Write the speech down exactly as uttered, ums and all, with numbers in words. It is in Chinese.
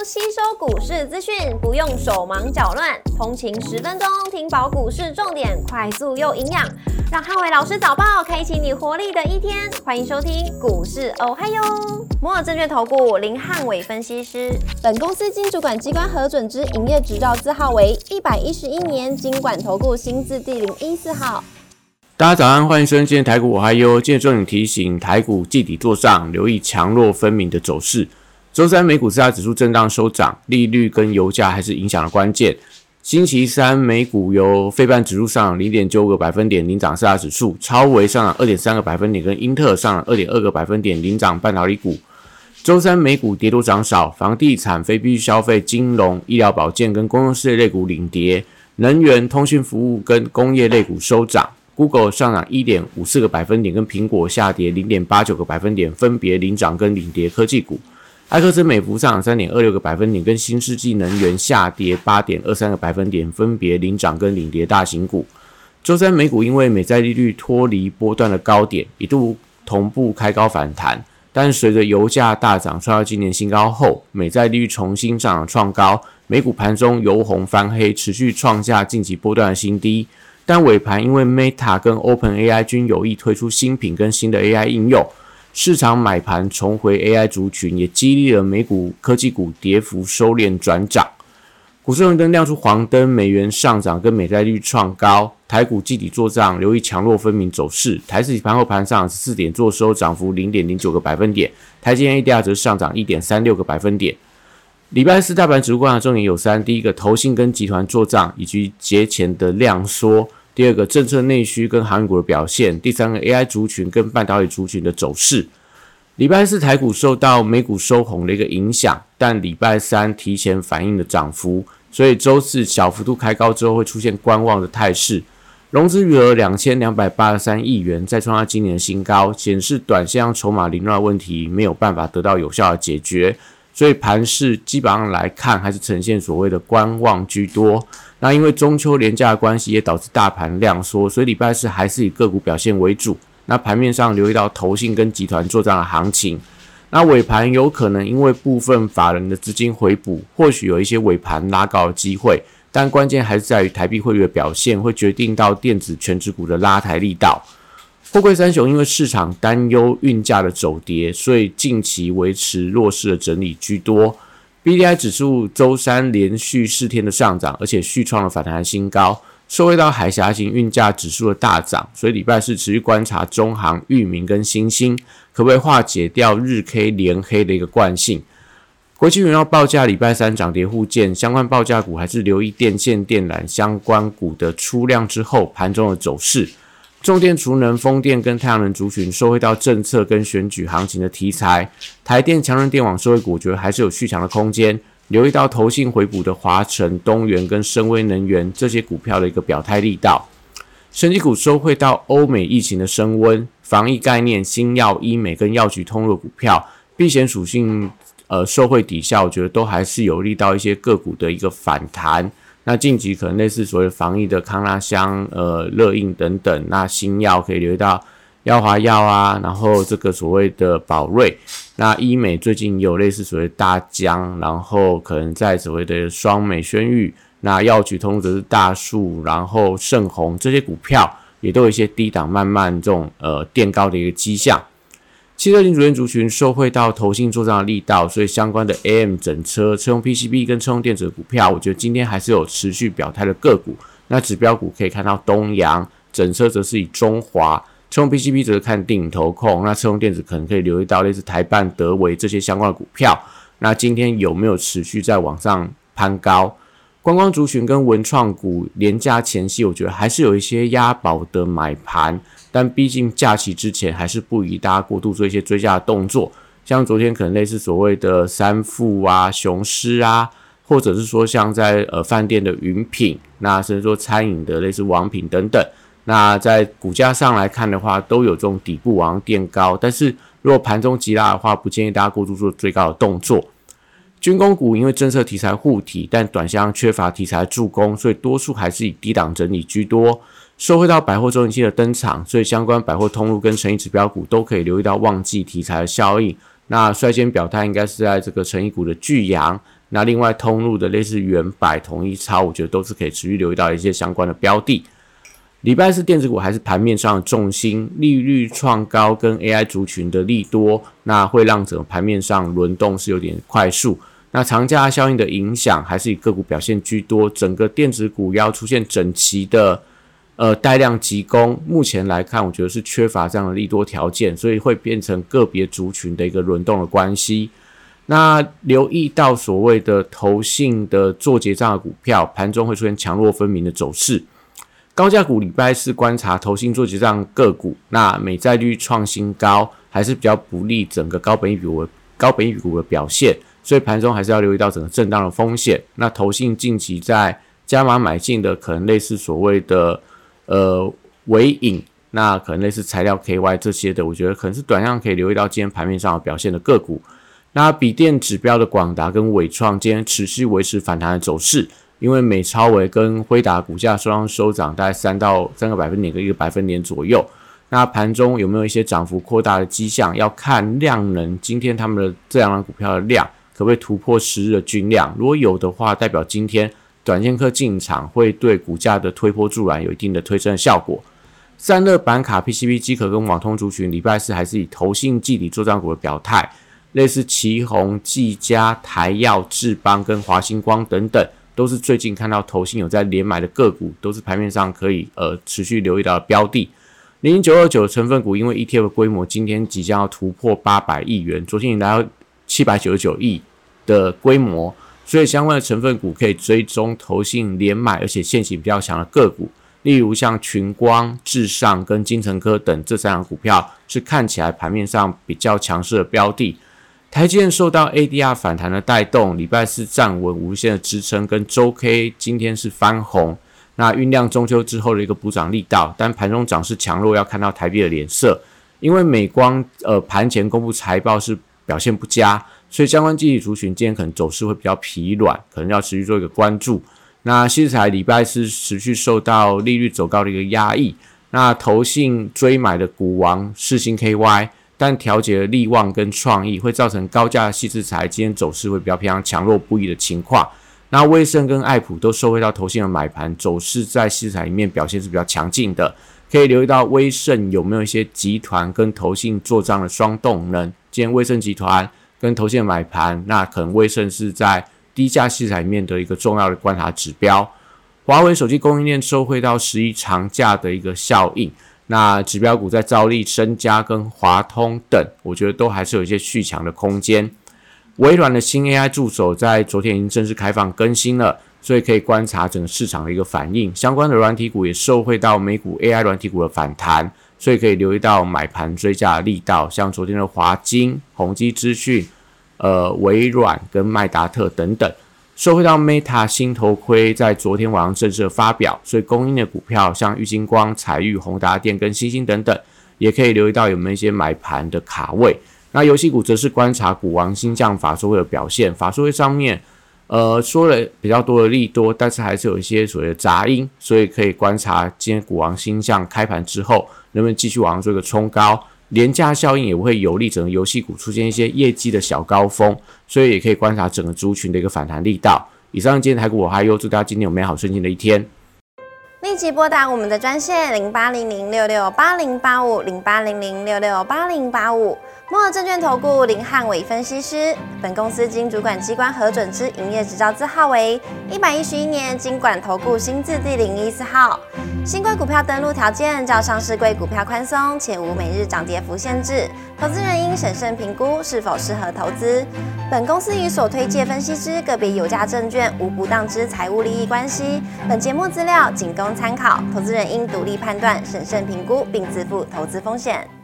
吸收股市资讯，不用手忙脚乱，通勤十分钟听饱股市重点，快速又营养，让汉伟老师早报开启你活力的一天。欢迎收听股市哦嗨哟，摩尔证券投顾林汉伟分析师。本公司经主管机关核准之营业执照字号为一百一十一年金管投顾新字第零一四号。 大家早安，欢迎收听今天台股我嗨哟。今天重点提醒，台股季底作账，留意强弱分明的走势。周三美股四大指数震荡收涨，利率跟油价还是影响的关键。星期三美股由费半指数上涨 零点九五 个百分点领涨四大指数，超微上涨 二点三 个百分点，跟英特尔上涨 二点二 个百分点领涨半导体股。周三美股跌多涨少，房地产、非必需消费、金融、医疗保健跟公用事业类股领跌，能源、通讯服务跟工业类股收涨。Google 上涨 一点五四 个百分点，跟苹果下跌 零点八九 个百分点，分别领涨跟领跌科技股。埃克森美孚上涨 三点二六 个百分点，跟新世纪能源下跌 八点二三 个百分点，分别领涨跟领跌大型股。周三美股因为美债利率脱离波段的高点，一度同步开高反弹，但随着油价大涨创到今年新高后，美债利率重新上涨创高，美股盘中由红翻黑，持续创下近期波段的新低。但尾盘因为 Meta 跟 OpenAI 均有意推出新品跟新的 A I 应用，市场买盘重回 A I 族群，也激励了美股科技股跌幅收敛转涨。股市红灯亮出黄灯，美元上涨跟美债率创高，台股季底作账，留意强弱分明走势。台指盘后盘上十四点做收，涨幅 零点零九 个百分点，台积电 A D R 则上涨 一点三六 个百分点。礼拜四大盘指数观察重点有三：第一个，投信跟集团作账以及节前的量缩；第二个，政策内需跟航运股的表现；第三个 A I 族群跟半导体族群的走势。礼拜四台股受到美股收红的一个影响，但礼拜三提前反映了涨幅，所以周四小幅度开高之后会出现观望的态势。融资余额两千两百八十三亿元，再创下今年的新高，显示短线上筹码凌乱的问题没有办法得到有效的解决。所以盘势基本上来看还是呈现所谓的观望居多。那因为中秋连假的关系也导致大盘量缩，所以礼拜四还是以个股表现为主。那盘面上留意到投信跟集团作战的行情。那尾盘有可能因为部分法人的资金回补，或许有一些尾盘拉高的机会，但关键还是在于台币汇率的表现，会决定到电子全指股的拉抬力道。货柜三雄因为市场担忧运价的走跌，所以近期维持弱势的整理居多。B D I 指数周三连续四天的上涨，而且续创了反弹新高，受惠到海峡型运价指数的大涨，所以礼拜四持续观察中航、裕民跟新兴，可不可以化解掉日 K 连黑的一个惯性。国际原料报价礼拜三涨跌互见，相关报价股还是留意电线电缆相关股的出量之后盘中的走势。重电、储能、风电跟太阳能族群受惠到政策跟选举行情的题材，台电、强韧电网受惠股，我觉得还是有续强的空间。留意到投信回补的华城、东元跟深威能源这些股票的一个表态力道。生技股受惠到欧美疫情的升温，防疫概念、新药、医美跟药局通路股票，避险属性呃受惠抵下，我觉得都还是有利到一些个股的一个反弹。那近期可能类似所谓防疫的康拉香、呃热映等等，那新药可以留意到药华药啊，然后这个所谓的宝瑞，那医美最近也有类似所谓的大疆，然后可能在所谓的双美宣裕，那药局通则是大树，然后盛虹这些股票也都有一些低档慢慢这种呃垫高的一个迹象。汽车零组件族群受惠到投信作战的力道，所以相关的 A M 整车、车用 P C B 跟车用电子的股票，我觉得今天还是有持续表态的个股。那指标股可以看到东阳，整车则是以中华，车用 P C B 则是看定投控，那车用电子可能可以留意到类似台半、德微这些相关的股票。那今天有没有持续在往上攀高？观光族群跟文创股连假前夕，我觉得还是有一些押宝的买盘，但毕竟假期之前还是不宜大家过度做一些追加的动作。像昨天可能类似所谓的三富啊、雄狮啊，或者是说像在呃饭店的云品，那甚至说餐饮的类似王品等等，那在股价上来看的话，都有这种底部往上垫高，但是如果盘中急拉的话，不建议大家过度做追高的动作。军工股因为政策题材护体，但短线上缺乏题材助攻，所以多数还是以低档整理居多。受惠到百货周年庆的登场，所以相关百货通路跟诚意指标股都可以留意到旺季题材的效应。那率先表态应该是在这个诚意股的巨阳， 那另外通路的类似元百、统一超，我觉得都是可以持续留意到一些相关的标的。礼拜四电子股还是盘面上的重心，利率创高跟 A I 族群的利多，那会让整个盘面上轮动是有点快速。那长假效应的影响还是以个股表现居多，整个电子股要出现整齐的呃带量急攻，目前来看我觉得是缺乏这样的利多条件，所以会变成个别族群的一个轮动的关系。那留意到所谓的投信的做结账的股票，盘中会出现强弱分明的走势。高价股礼拜四观察投信做结账个股，那美债率创新高，还是比较不利整个高本益比股的高本益比股的表现，所以盘中还是要留意到整个震荡的风险。那投信近期在加码买进的，可能类似所谓的呃微影，那可能类似材料 K Y 这些的，我觉得可能是短量可以留意到今天盘面上的表现的个股。那笔电指标的广达跟伟创今天持续维持反弹的走势。因为美超微跟辉达股价双双收涨大概三到三个百分点跟一个百分点左右，那盘中有没有一些涨幅扩大的迹象，要看量能，今天他们的这两档股票的量可不可以突破十日的均量，如果有的话，代表今天短线客进场会对股价的推波助澜有一定的推升的效果。散热板卡 P C B 机壳跟网通族群礼拜四还是以投信季底作战股的表态，类似奇宏、技嘉、台耀、智邦跟华星光等等，都是最近看到投信有在连买的个股，都是盘面上可以呃持续留意到的标的。零零九二九成分股因为 E T F 规模今天即将要突破八百亿元，昨天已来到七百九十九亿的规模，所以相关的成分股可以追踪投信连买而且现行比较强的个股，例如像群光、至上跟金城科等这三档股票是看起来盘面上比较强势的标的。台积电受到 A D R 反弹的带动，礼拜四站稳无限的支撑，跟周 K 今天是翻红，那酝酿中秋之后的一个补涨力道，但盘中涨势强弱要看到台币的脸色，因为美光呃盘前公布财报是表现不佳，所以相关记忆族群今天可能走势会比较疲软，可能要持续做一个关注。那矽材礼拜四持续受到利率走高的一个压抑，那投信追买的股王世芯 K Y。但调节了力旺跟创意，会造成高价的矽智财今天走势会比较偏向强弱不一的情况。那威盛跟爱普都受惠到投信的买盘，走势在矽智财里面表现是比较强劲的。可以留意到威盛有没有一些集团跟投信做账的双动能。今天威盛集团跟投信的买盘，那可能威盛是在低价矽智财里面的一个重要的观察指标。华为手机供应链受惠到十一长假的一个效应。那指标股在兆利、身家跟华通等，我觉得都还是有一些续强的空间。微软的新 A I 助手在昨天已经正式开放更新了，所以可以观察整个市场的一个反应。相关的软体股也受惠到美股 A I 软体股的反弹，所以可以留意到买盘追价的力道，像昨天的华金、宏基资讯、呃微软跟麦达特等等。受惠到 Meta 新头盔在昨天晚上正式的发表，所以供应的股票像玉晶光、彩玉、宏达电跟星星等等，也可以留意到有没有一些买盘的卡位。那游戏股则是观察股王星象法说会的表现，法说会上面呃说了比较多的利多，但是还是有一些所谓的杂音，所以可以观察今天股王星象开盘之后能不能继续往上做一个冲高。连价效应也会有利整个游戏股出现一些业绩的小高峰，所以也可以观察整个族群的一个反弹力道。以上今天台股我嗨哟，祝大家今天有美好顺心的一天。 立即拨打我们的专线零八零零六六八零八五零八零零六六八零八五。摩尔证券投顾林汉伟分析师，本公司经主管机关核准之营业执照字号为一百一十一年金管投顾新字第零一四号。新规股票登录条件较上市柜股票宽松，且无每日涨跌幅限制，投资人应审慎评估是否适合投资。本公司与所推介分析之个别有价证券无不当之财务利益关系。本节目资料仅供参考，投资人应独立判断、审慎评估，并自负投资风险。